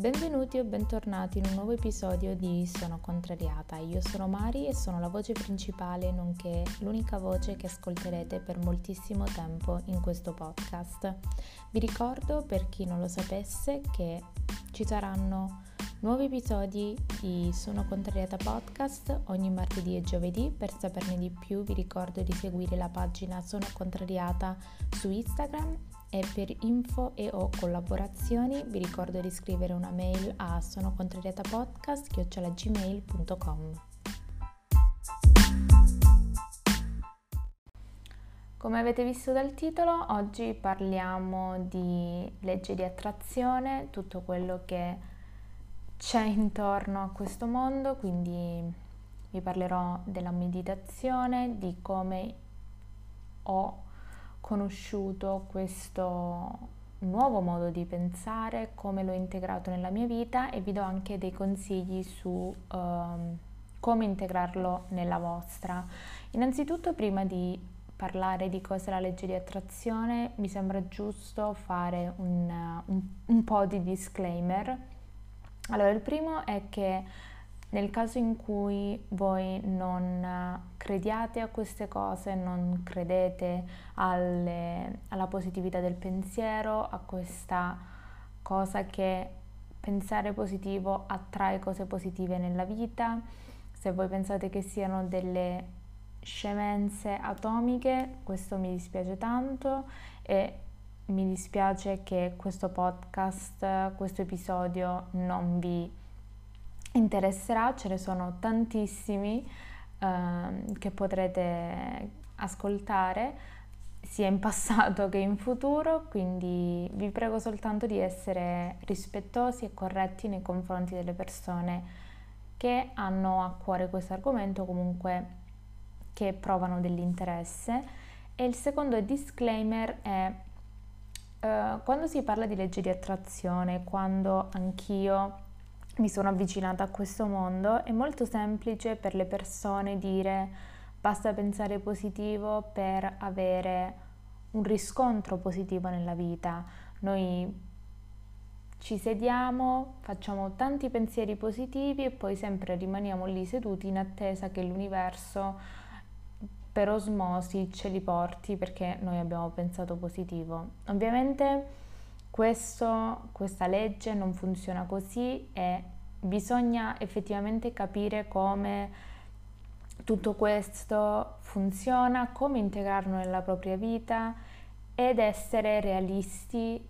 Benvenuti o bentornati in un nuovo episodio di Sono Contrariata. Io sono Mari e sono la voce principale, nonché l'unica voce che ascolterete per moltissimo tempo in questo podcast. Vi ricordo, per chi non lo sapesse, che ci saranno nuovi episodi di Sono Contrariata podcast ogni martedì e giovedì. Per saperne di più vi ricordo di seguire la pagina Sono Contrariata su Instagram. E per info e o collaborazioni vi ricordo di scrivere una mail a sonocontrariatapodcast@gmail.com. Come avete visto dal titolo, oggi parliamo di legge di attrazione, tutto quello che c'è intorno a questo mondo, quindi vi parlerò della meditazione, di come ho conosciuto questo nuovo modo di pensare, come l'ho integrato nella mia vita e vi do anche dei consigli su come integrarlo nella vostra. Innanzitutto, prima di parlare di cos'è la legge di attrazione, mi sembra giusto fare un po' di disclaimer. Allora, il primo è che nel caso in cui voi non crediate a queste cose, non credete alla positività del pensiero, a questa cosa che pensare positivo attrae cose positive nella vita, se voi pensate che siano delle scemenze atomiche, questo mi dispiace tanto e mi dispiace che questo podcast, questo episodio non vi interesserà. Ce ne sono tantissimi che potrete ascoltare sia in passato che in futuro, quindi vi prego soltanto di essere rispettosi e corretti nei confronti delle persone che hanno a cuore questo argomento, comunque che provano dell'interesse. E il secondo disclaimer è quando si parla di legge di attrazione, quando anch'io mi sono avvicinata a questo mondo, è molto semplice per le persone dire basta pensare positivo per avere un riscontro positivo nella vita. Noi ci sediamo, facciamo tanti pensieri positivi e poi sempre rimaniamo lì seduti in attesa che l'universo per osmosi ce li porti perché noi abbiamo pensato positivo. Ovviamente questa legge non funziona così e bisogna effettivamente capire come tutto questo funziona, come integrarlo nella propria vita ed essere realisti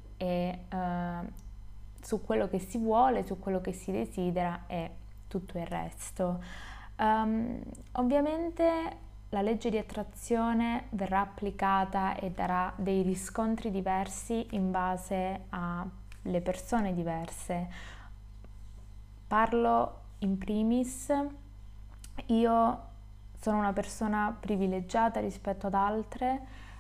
su quello che si vuole, su quello che si desidera e tutto il resto. Ovviamente la legge di attrazione verrà applicata e darà dei riscontri diversi in base alle persone diverse. Parlo in primis, io sono una persona privilegiata rispetto ad altre,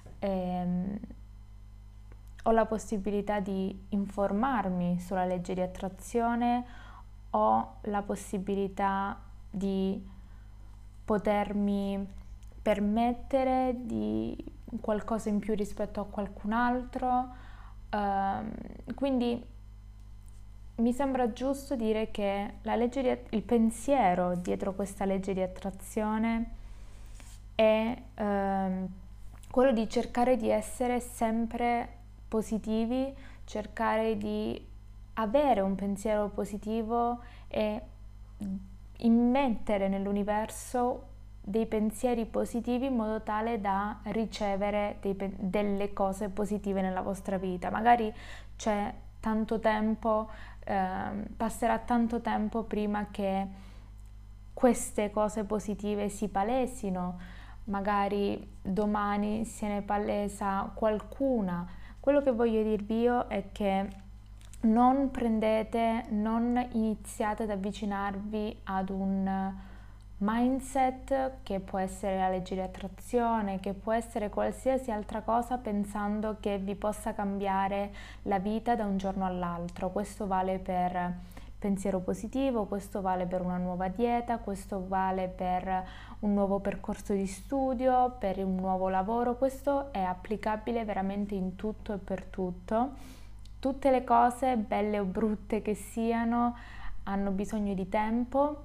ho la possibilità di informarmi sulla legge di attrazione, ho la possibilità di potermi permettere di qualcosa in più rispetto a qualcun altro, quindi mi sembra giusto dire che il pensiero dietro questa legge di attrazione è quello di cercare di essere sempre positivi, cercare di avere un pensiero positivo e immettere nell'universo dei pensieri positivi in modo tale da ricevere delle cose positive nella vostra vita. Magari c'è tanto tempo, passerà tanto tempo prima che queste cose positive si palesino, magari domani se ne palesa qualcuna. Quello che voglio dirvi io è che non iniziate ad avvicinarvi ad un mindset che può essere la legge di attrazione, che può essere qualsiasi altra cosa, pensando che vi possa cambiare la vita da un giorno all'altro. Questo vale per pensiero positivo, questo vale per una nuova dieta, questo vale per un nuovo percorso di studio, per un nuovo lavoro. Questo è applicabile veramente in tutto e per tutto. tutte le cose, belle o brutte che siano, hanno bisogno di tempo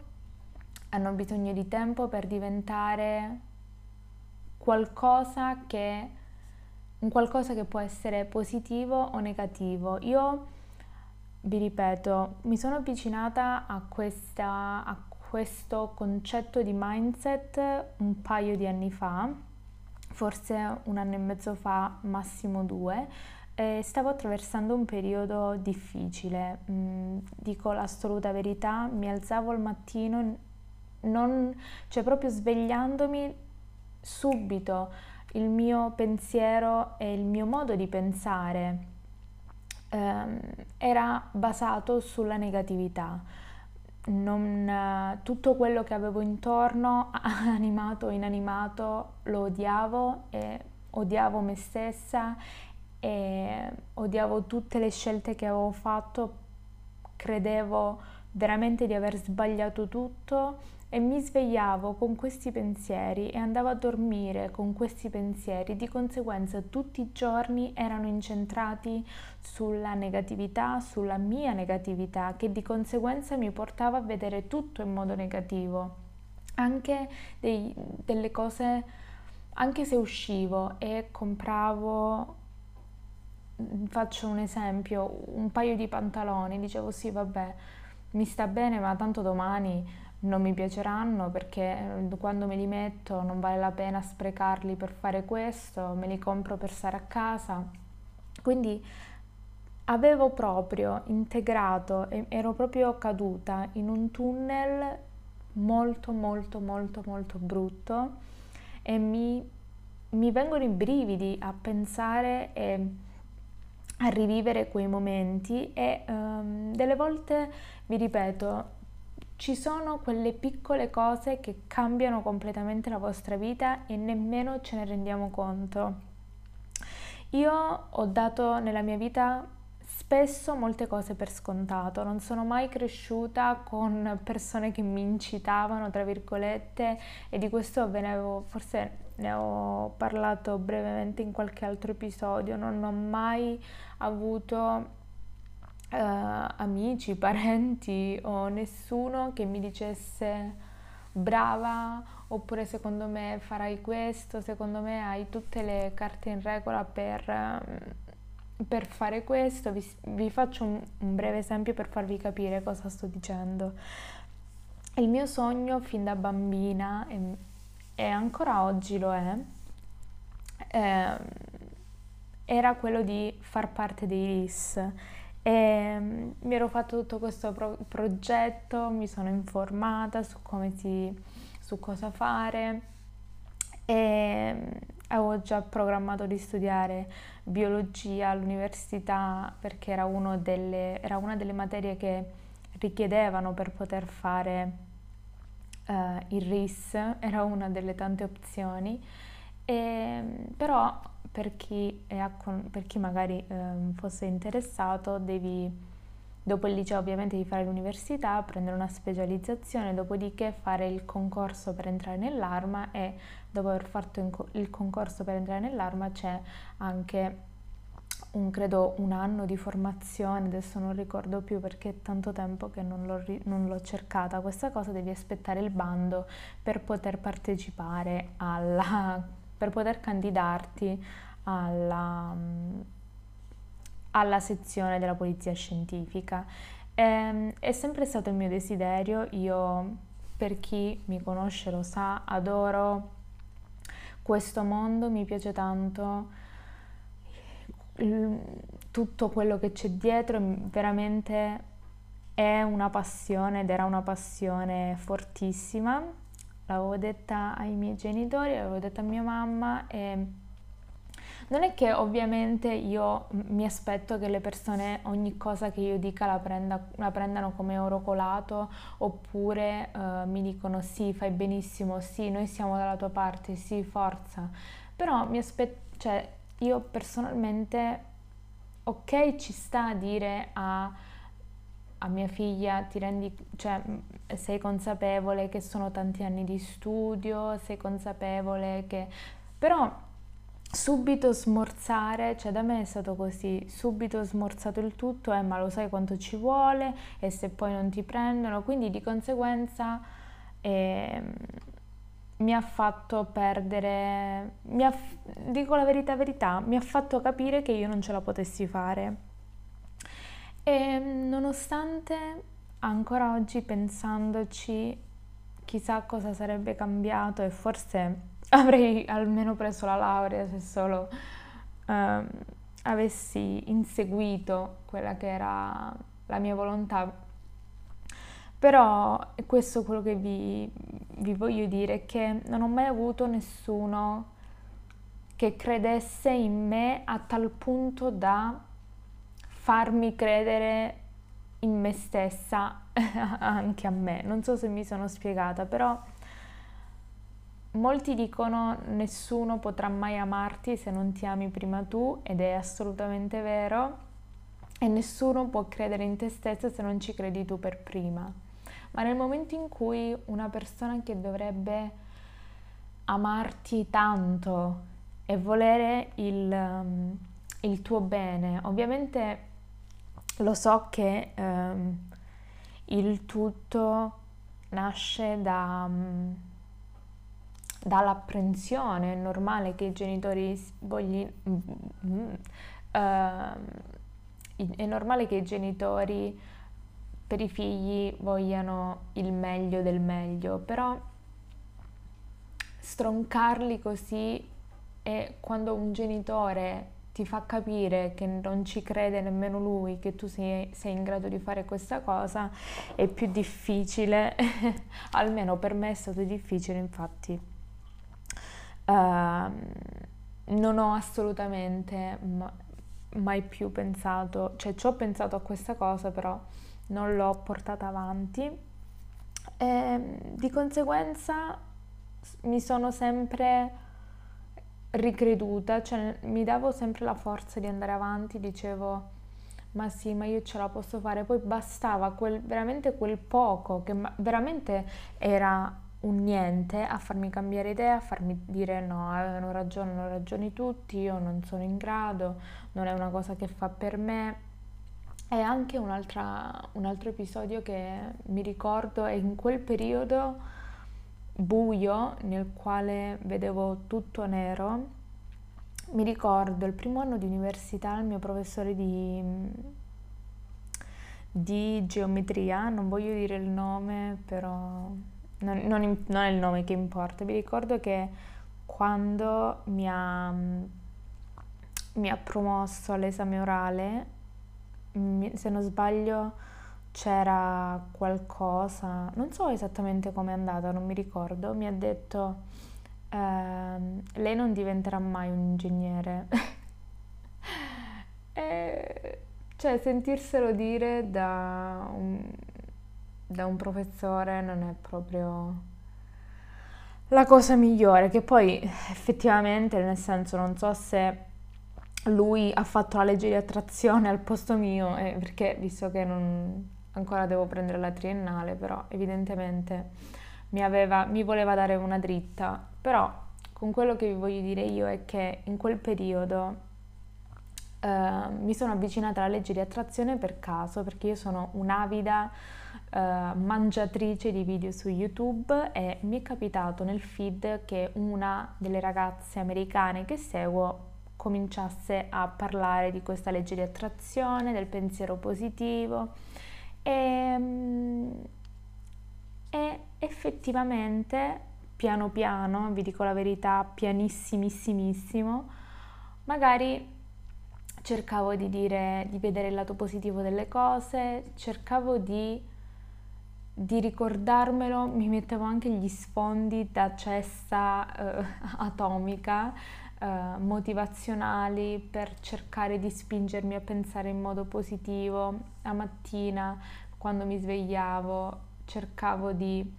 per diventare un qualcosa che può essere positivo o negativo. Io vi ripeto, mi sono avvicinata a questo concetto di mindset un paio di anni fa, forse 1 anno e mezzo fa, massimo 2, e stavo attraversando un periodo difficile. Dico l'assoluta verità, mi alzavo al mattino, cioè proprio svegliandomi subito, il mio pensiero e il mio modo di pensare era basato sulla negatività. Tutto quello che avevo intorno, animato o inanimato, lo odiavo, e odiavo me stessa e odiavo tutte le scelte che avevo fatto. Credevo veramente di aver sbagliato tutto e mi svegliavo con questi pensieri e andavo a dormire con questi pensieri. Di conseguenza tutti i giorni erano incentrati sulla negatività, sulla mia negatività, che di conseguenza mi portava a vedere tutto in modo negativo. Anche delle cose, anche se uscivo e compravo, faccio un esempio, un paio di pantaloni, dicevo sì, vabbè, mi sta bene, ma tanto domani non mi piaceranno, perché quando me li metto non vale la pena sprecarli per fare questo, me li compro per stare a casa. Quindi avevo proprio integrato e ero proprio caduta in un tunnel molto molto molto molto brutto, e mi vengono i brividi a pensare e a rivivere quei momenti. E delle volte, vi ripeto, ci sono quelle piccole cose che cambiano completamente la vostra vita e nemmeno ce ne rendiamo conto. Io ho dato nella mia vita spesso molte cose per scontato, non sono mai cresciuta con persone che mi incitavano, tra virgolette, e di questo forse ne ho parlato brevemente in qualche altro episodio. Non ho mai avuto amici, parenti o nessuno che mi dicesse brava, oppure secondo me farai questo, secondo me hai tutte le carte in regola per fare questo. Vi faccio un breve esempio per farvi capire cosa sto dicendo. Il mio sogno fin da bambina, e ancora oggi lo è, era quello di far parte dei RIS. E mi ero fatto tutto questo progetto, mi sono informata su su cosa fare, e avevo già programmato di studiare biologia all'università, perché era una delle materie che richiedevano per poter fare il RIS, era una delle tante opzioni. Però per chi magari fosse interessato, dopo il liceo ovviamente devi fare l'università, prendere una specializzazione, dopodiché fare il concorso per entrare nell'Arma, e dopo aver fatto il concorso per entrare nell'Arma c'è anche credo 1 anno di formazione. Adesso non ricordo più perché è tanto tempo che non l'ho cercata questa cosa. Devi aspettare il bando per poter partecipare per poter candidarti alla sezione della polizia scientifica. È sempre stato il mio desiderio. Io, per chi mi conosce lo sa, adoro questo mondo, mi piace tanto tutto quello che c'è dietro. Veramente è una passione, ed era una passione fortissima. L'avevo detta ai miei genitori, l'avevo detta a mia mamma, e non è che ovviamente io mi aspetto che le persone ogni cosa che io dica la prendano come oro colato, oppure mi dicono sì, fai benissimo, sì, noi siamo dalla tua parte, sì, forza. Però cioè, io personalmente, ok, ci sta a dire a mia figlia, cioè, sei consapevole che sono tanti anni di studio, sei consapevole che... Però subito smorzare, cioè da me è stato così, subito smorzato il tutto, ma lo sai quanto ci vuole e se poi non ti prendono, quindi di conseguenza mi ha fatto perdere, dico la verità, mi ha fatto capire che io non ce la potessi fare. E nonostante ancora oggi pensandoci, chissà cosa sarebbe cambiato e forse avrei almeno preso la laurea se solo ehm, avessi inseguito quella che era la mia volontà. Però questo è quello che vi voglio dire, che non ho mai avuto nessuno che credesse in me a tal punto da farmi credere in me stessa anche a me. Non so se mi sono spiegata, però molti dicono nessuno potrà mai amarti se non ti ami prima tu, ed è assolutamente vero, e nessuno può credere in te stessa se non ci credi tu per prima. Ma nel momento in cui una persona che dovrebbe amarti tanto e volere il tuo bene, ovviamente lo so che il tutto nasce dall'apprensione, è normale che i genitori è normale che i genitori per i figli vogliano il meglio del meglio, però stroncarli così, e quando un genitore ti fa capire che non ci crede nemmeno lui che tu sei in grado di fare questa cosa, è più difficile, almeno per me è stato difficile, infatti non ho assolutamente mai più pensato, cioè ci ho pensato a questa cosa, però non l'ho portata avanti e di conseguenza mi sono sempre ricreduta, cioè mi davo sempre la forza di andare avanti, dicevo ma sì, ma io ce la posso fare, poi bastava veramente quel poco, che veramente era un niente, a farmi cambiare idea, a farmi dire no, hanno ragione tutti, io non sono in grado, non è una cosa che fa per me. E anche un altro episodio che mi ricordo è in quel periodo buio nel quale vedevo tutto nero. Mi ricordo il primo anno di università, il mio professore di geometria, non voglio dire il nome, però non è il nome che importa. Mi ricordo che quando mi ha promosso all'esame orale, se non sbaglio c'era qualcosa, non so esattamente com'è andata, non mi ricordo, mi ha detto lei non diventerà mai un ingegnere. E, cioè, sentirselo dire da un professore non è proprio la cosa migliore, che poi effettivamente, nel senso, non so se lui ha fatto la legge di attrazione al posto mio, perché visto che ancora devo prendere la triennale, però evidentemente mi voleva dare una dritta. Però con quello che vi voglio dire io è che in quel periodo mi sono avvicinata alla legge di attrazione per caso, perché io sono un'avida mangiatrice di video su YouTube e mi è capitato nel feed che una delle ragazze americane che seguo cominciasse a parlare di questa legge di attrazione, del pensiero positivo e effettivamente piano piano, vi dico la verità, pianissimissimo, magari cercavo di vedere il lato positivo delle cose, cercavo di ricordarmelo, mi mettevo anche gli sfondi da cesta atomica, motivazionali, per cercare di spingermi a pensare in modo positivo. La mattina, quando mi svegliavo, cercavo di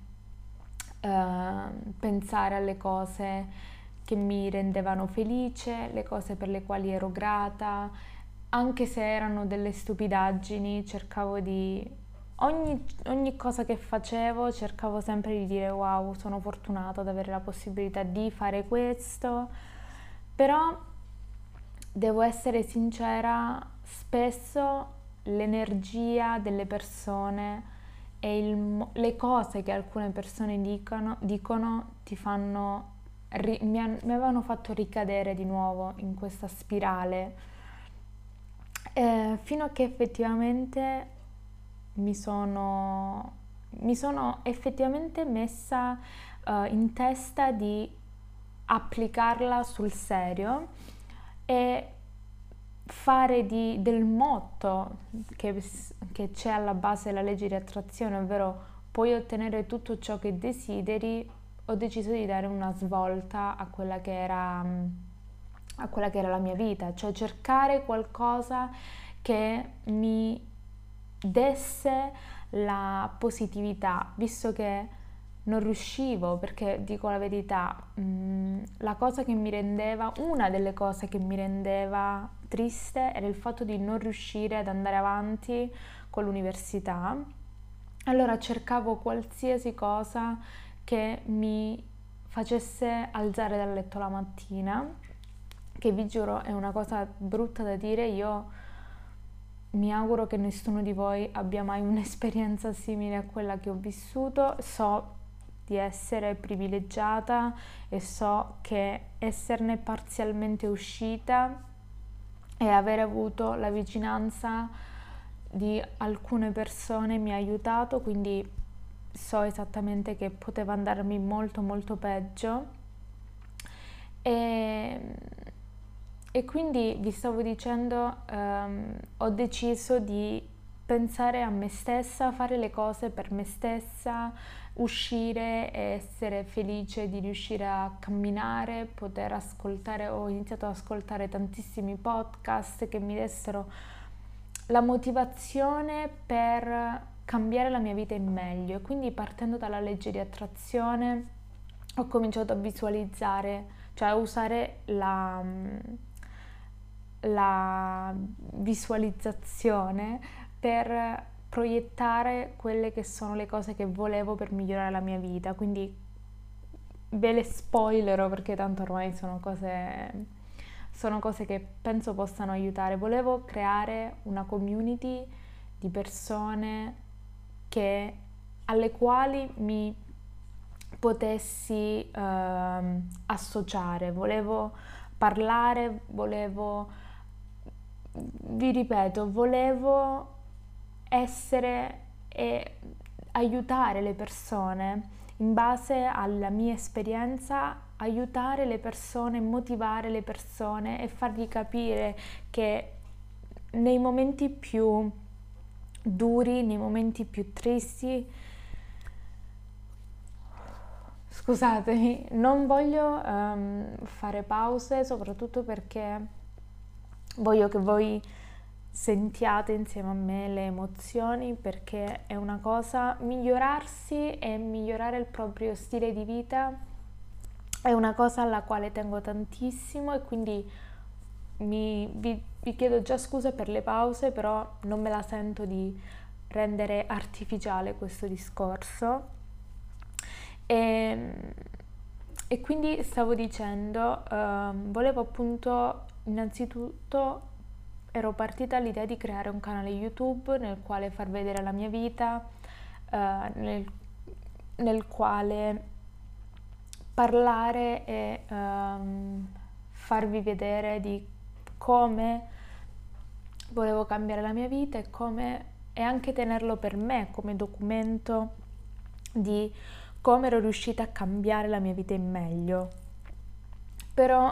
pensare alle cose che mi rendevano felice, le cose per le quali ero grata, anche se erano delle stupidaggini, cercavo di ogni cosa che facevo cercavo sempre di dire wow, sono fortunata ad avere la possibilità di fare questo, però devo essere sincera, spesso l'energia delle persone e le cose che alcune persone dicono ti fanno, mi avevano fatto ricadere di nuovo in questa spirale, fino a che effettivamente mi sono effettivamente messa in testa di applicarla sul serio e fare del motto che c'è alla base della legge di attrazione, ovvero puoi ottenere tutto ciò che desideri, ho deciso di dare una svolta a quella che era la mia vita, cioè cercare qualcosa che mi desse la positività, visto che non riuscivo, perché dico la verità, la cosa che mi rendeva, una delle cose che mi rendeva triste era il fatto di non riuscire ad andare avanti con l'università. Allora cercavo qualsiasi cosa che mi facesse alzare dal letto la mattina, che vi giuro è una cosa brutta da dire, io mi auguro che nessuno di voi abbia mai un'esperienza simile a quella che ho vissuto. So di essere privilegiata e so che esserne parzialmente uscita e aver avuto la vicinanza di alcune persone mi ha aiutato, quindi so esattamente che poteva andarmi molto molto peggio e quindi vi stavo dicendo, ho deciso di pensare a me stessa, fare le cose per me stessa, uscire e essere felice di riuscire a camminare, poter ascoltare, ho iniziato ad ascoltare tantissimi podcast che mi dessero la motivazione per cambiare la mia vita in meglio, e quindi partendo dalla legge di attrazione ho cominciato a visualizzare, cioè a usare la visualizzazione per proiettare quelle che sono le cose che volevo per migliorare la mia vita, quindi ve le spoilerò perché tanto ormai sono cose che penso possano aiutare. Volevo creare una community di persone alle quali mi potessi associare, volevo parlare, vi ripeto, volevo essere e aiutare le persone in base alla mia esperienza, aiutare le persone, motivare le persone e fargli capire che nei momenti più duri, nei momenti più tristi, scusatemi, non voglio fare pause, soprattutto perché voglio che voi sentiate insieme a me le emozioni, perché è una cosa, migliorarsi e migliorare il proprio stile di vita è una cosa alla quale tengo tantissimo, e quindi vi chiedo già scusa per le pause, però non me la sento di rendere artificiale questo discorso. E quindi stavo dicendo, volevo appunto, innanzitutto ero partita all'idea di creare un canale YouTube nel quale far vedere la mia vita, nel quale parlare e farvi vedere di come volevo cambiare la mia vita e anche tenerlo per me come documento di come ero riuscita a cambiare la mia vita in meglio. Però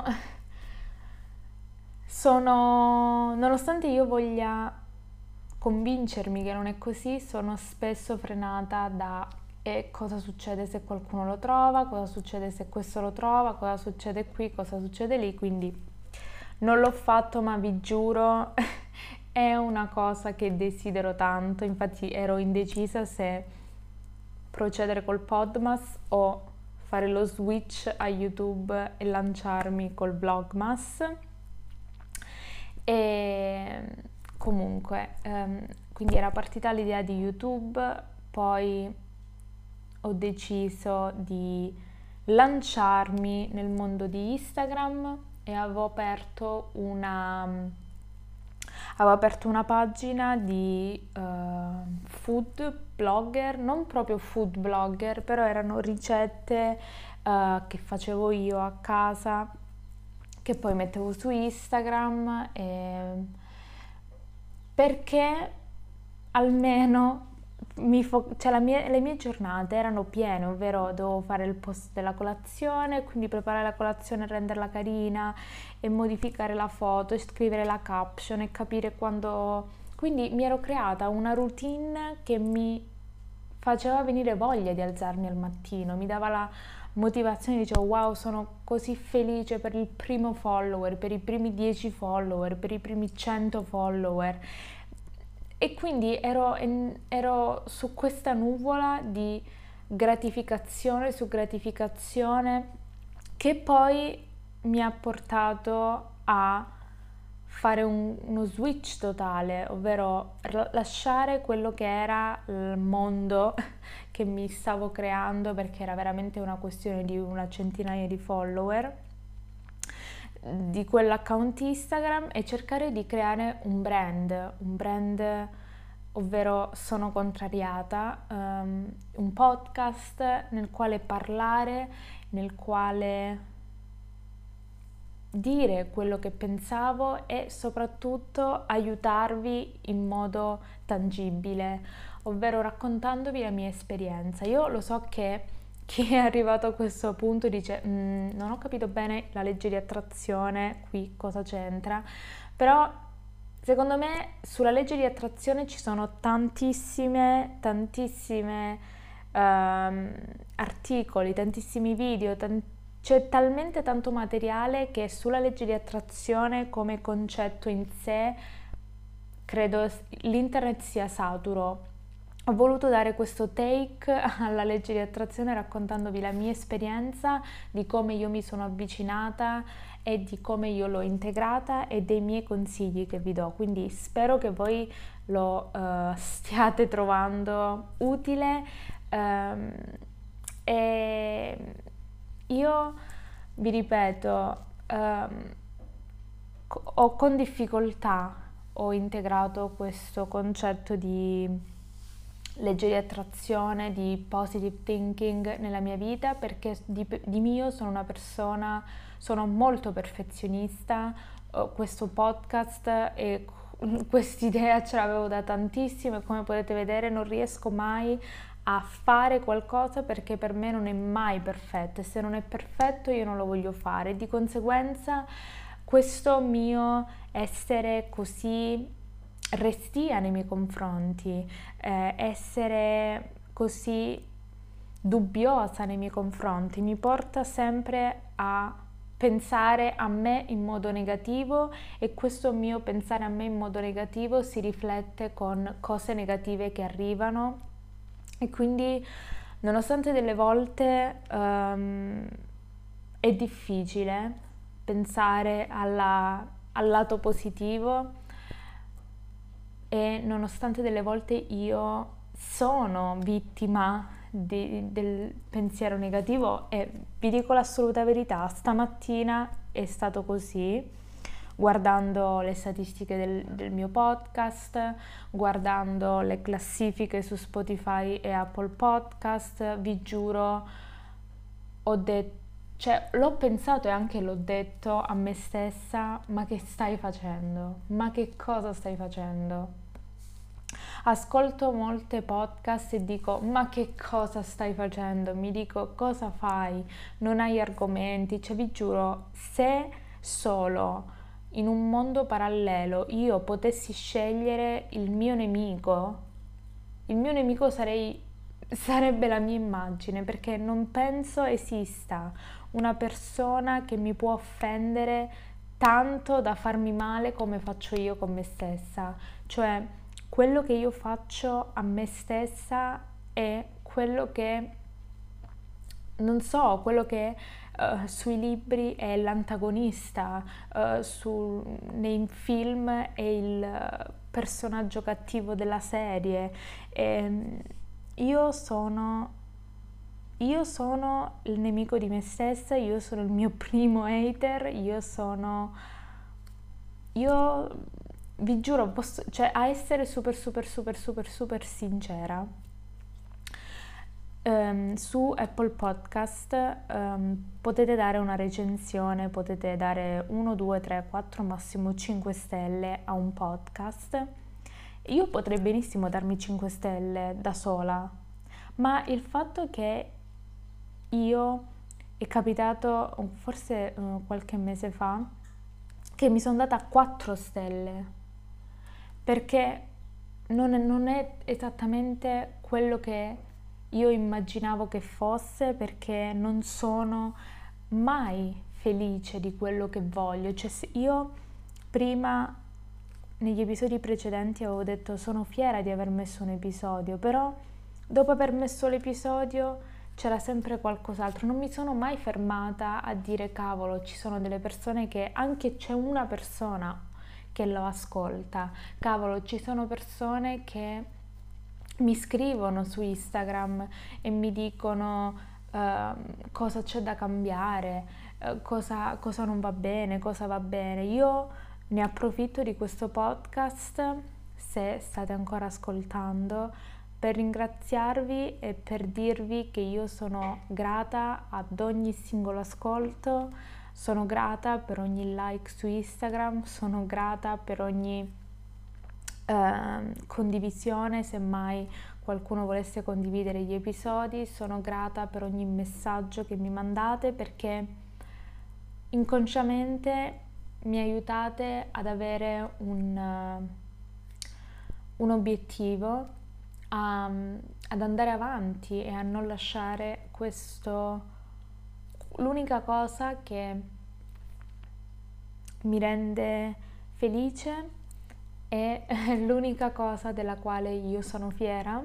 nonostante io voglia convincermi che non è così, sono spesso frenata da cosa succede se qualcuno lo trova, cosa succede se questo lo trova, cosa succede qui, cosa succede lì, quindi non l'ho fatto, ma vi giuro è una cosa che desidero tanto. Infatti ero indecisa se procedere col Podmas o fare lo switch a YouTube e lanciarmi col Vlogmas. E comunque, quindi era partita l'idea di YouTube, poi ho deciso di lanciarmi nel mondo di Instagram e avevo aperto una pagina di food blogger, non proprio food blogger, però erano ricette che facevo io a casa, che poi mettevo su Instagram, perché almeno cioè le mie giornate erano piene, ovvero dovevo fare il post della colazione, quindi preparare la colazione, renderla carina e modificare la foto e scrivere la caption e capire quando... Quindi mi ero creata una routine che mi faceva venire voglia di alzarmi al mattino, mi dava la motivazione, dicevo wow, sono così felice per il primo follower, per i primi 10 follower, per i primi 100 follower. E quindi ero su questa nuvola di gratificazione su gratificazione che poi mi ha portato a fare uno switch totale, ovvero lasciare quello che era il mondo che mi stavo creando, perché era veramente una questione di una centinaia di follower di quell'account Instagram, e cercare di creare un brand, ovvero sono contrariata, un podcast nel quale parlare, nel quale dire quello che pensavo e soprattutto aiutarvi in modo tangibile, ovvero raccontandovi la mia esperienza. Io lo so che chi è arrivato a questo punto dice non ho capito bene la legge di attrazione, qui cosa c'entra, però secondo me sulla legge di attrazione ci sono tantissime articoli, tantissimi video, c'è talmente tanto materiale che sulla legge di attrazione come concetto in sé credo l'internet sia saturo. Ho voluto dare questo take alla legge di attrazione raccontandovi la mia esperienza, di come io mi sono avvicinata e di come io l'ho integrata e dei miei consigli che vi do. Quindi spero che voi lo stiate trovando utile, e io vi ripeto, con difficoltà ho integrato questo concetto di legge di attrazione, di positive thinking nella mia vita, perché di mio sono una persona, sono molto perfezionista. Questo podcast e quest'idea ce l'avevo da tantissimo e come potete vedere non riesco mai a fare qualcosa perché per me non è mai perfetto, e se non è perfetto io non lo voglio fare. Di conseguenza questo mio essere così restia nei miei confronti, essere così dubbiosa nei miei confronti mi porta sempre a pensare a me in modo negativo, e questo mio pensare a me in modo negativo si riflette con cose negative che arrivano, e quindi nonostante delle volte è difficile pensare al lato positivo, e nonostante delle volte io sono vittima del pensiero negativo, e vi dico l'assoluta verità, stamattina è stato così, guardando le statistiche del mio podcast, guardando le classifiche su Spotify e Apple Podcast, vi giuro, ho detto, cioè l'ho pensato e anche l'ho detto a me stessa: ma che stai facendo? Ma che cosa stai facendo? Ascolto molte podcast e dico: ma che cosa stai facendo? Mi dico: cosa fai? Non hai argomenti? Cioè vi giuro, se solo in un mondo parallelo io potessi scegliere il mio nemico sarebbe la mia immagine, perché non penso esista una persona che mi può offendere tanto da farmi male come faccio io con me stessa. Cioè, quello che io faccio a me stessa è quello che, non so, quello che sui libri è l'antagonista, nei film è il personaggio cattivo della serie. Io sono io sono il nemico di me stessa, io sono il mio primo hater, io vi giuro, cioè a essere super sincera, su Apple Podcast potete dare una recensione, potete dare 1, 2, 3, 4, massimo 5 stelle a un podcast. Io potrei benissimo darmi 5 stelle da sola, ma il fatto che io è capitato forse qualche mese fa che mi sono data 4 stelle perché non è esattamente quello che io immaginavo che fosse, perché non sono mai felice di quello che voglio. Cioè, io prima, negli episodi precedenti, avevo detto sono fiera di aver messo un episodio, però dopo aver messo l'episodio c'era sempre qualcos'altro. Non mi sono mai fermata a dire cavolo, ci sono delle persone che, anche c'è una persona che lo ascolta, cavolo, ci sono persone che mi scrivono su Instagram e mi dicono cosa c'è da cambiare, cosa non va bene, cosa va bene. Io ne approfitto di questo podcast, se state ancora ascoltando, per ringraziarvi e per dirvi che io sono grata ad ogni singolo ascolto, sono grata per ogni like su Instagram, sono grata per ogni condivisione, se mai qualcuno volesse condividere gli episodi, sono grata per ogni messaggio che mi mandate, perché inconsciamente mi aiutate ad avere un obiettivo, ad andare avanti e a non lasciare questo. L'unica cosa che mi rende felice è l'unica cosa della quale io sono fiera,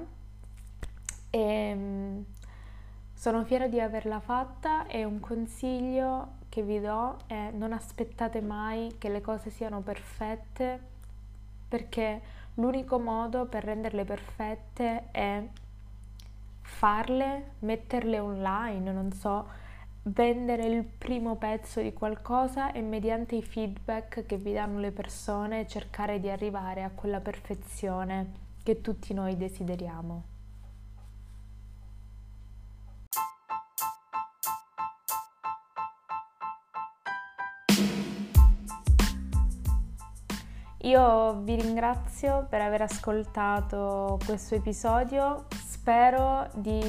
e sono fiera di averla fatta. E un consiglio che vi do è: non aspettate mai che le cose siano perfette, perché l'unico modo per renderle perfette è farle, metterle online, non so, vendere il primo pezzo di qualcosa e mediante i feedback che vi danno le persone cercare di arrivare a quella perfezione che tutti noi desideriamo. Io vi ringrazio per aver ascoltato questo episodio, spero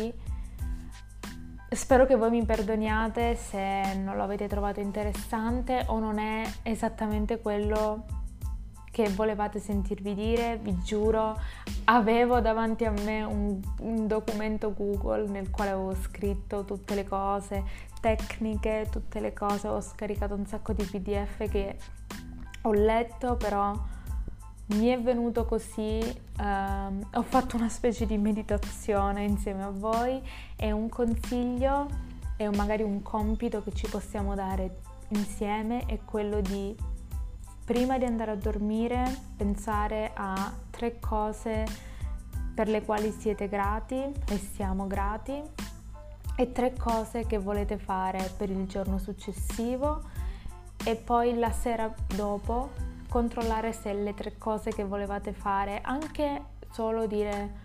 che voi mi perdoniate se non lo avete trovato interessante o non è esattamente quello che volevate sentirvi dire. Vi giuro, avevo davanti a me un documento Google nel quale avevo scritto tutte le cose tecniche, tutte le cose, ho scaricato un sacco di PDF che ho letto, però mi è venuto così, ho fatto una specie di meditazione insieme a voi, e un consiglio e magari un compito che ci possiamo dare insieme è quello di, prima di andare a dormire, pensare a 3 cose per le quali siete grati e siamo grati, e 3 cose che volete fare per il giorno successivo, e poi la sera dopo controllare se le 3 cose che volevate fare, anche solo dire,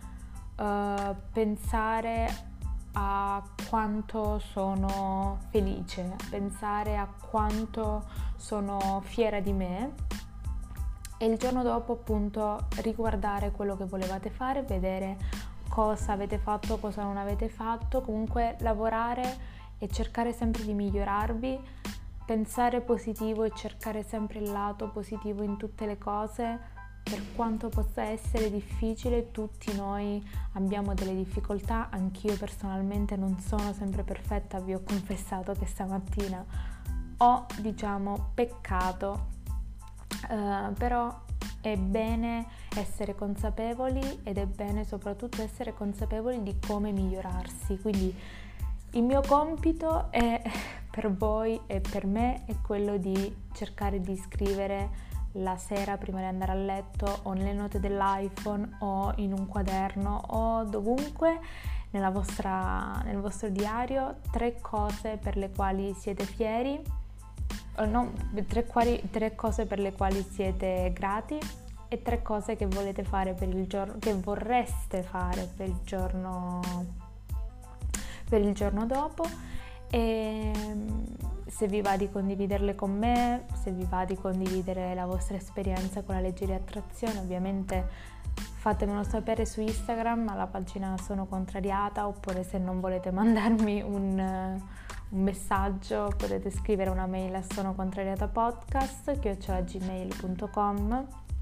pensare a quanto sono felice, pensare a quanto sono fiera di me, e il giorno dopo appunto riguardare quello che volevate fare, vedere cosa avete fatto, cosa non avete fatto, comunque lavorare e cercare sempre di migliorarvi, pensare positivo e cercare sempre il lato positivo in tutte le cose. Per quanto possa essere difficile, tutti noi abbiamo delle difficoltà, anch'io personalmente non sono sempre perfetta, vi ho confessato che stamattina ho, peccato, però è bene essere consapevoli, ed è bene soprattutto essere consapevoli di come migliorarsi. Quindi il mio compito è, per voi e per me, è quello di cercare di scrivere la sera prima di andare a letto, o nelle note dell'iPhone o in un quaderno o dovunque, nel vostro diario 3 cose per le quali siete fieri, no, 3 cose per le quali siete grati e 3 cose che volete fare per il giorno, che vorreste fare per il giorno dopo. E se vi va di condividerle con me, se vi va di condividere la vostra esperienza con la legge di attrazione, ovviamente fatemelo sapere su Instagram alla pagina Sono Contrariata, oppure se non volete mandarmi un messaggio potete scrivere una mail a sonocontrariatapodcast@gmail.com.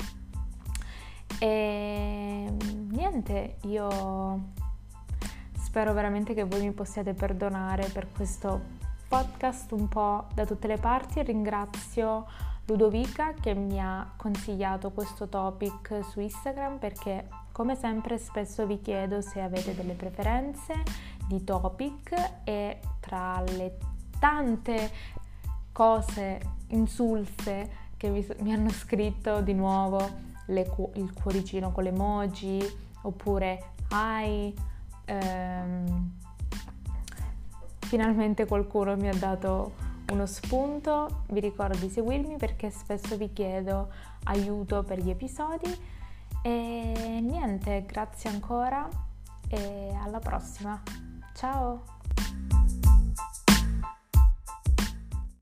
E niente, io spero veramente che voi mi possiate perdonare per questo podcast un po' da tutte le parti. Ringrazio Ludovica che mi ha consigliato questo topic su Instagram, perché come sempre spesso vi chiedo se avete delle preferenze di topic, e tra le tante cose insulse che mi hanno scritto, di nuovo il cuoricino con le emoji, oppure finalmente qualcuno mi ha dato uno spunto. Vi ricordo di seguirmi perché spesso vi chiedo aiuto per gli episodi. E niente, grazie ancora e alla prossima. Ciao!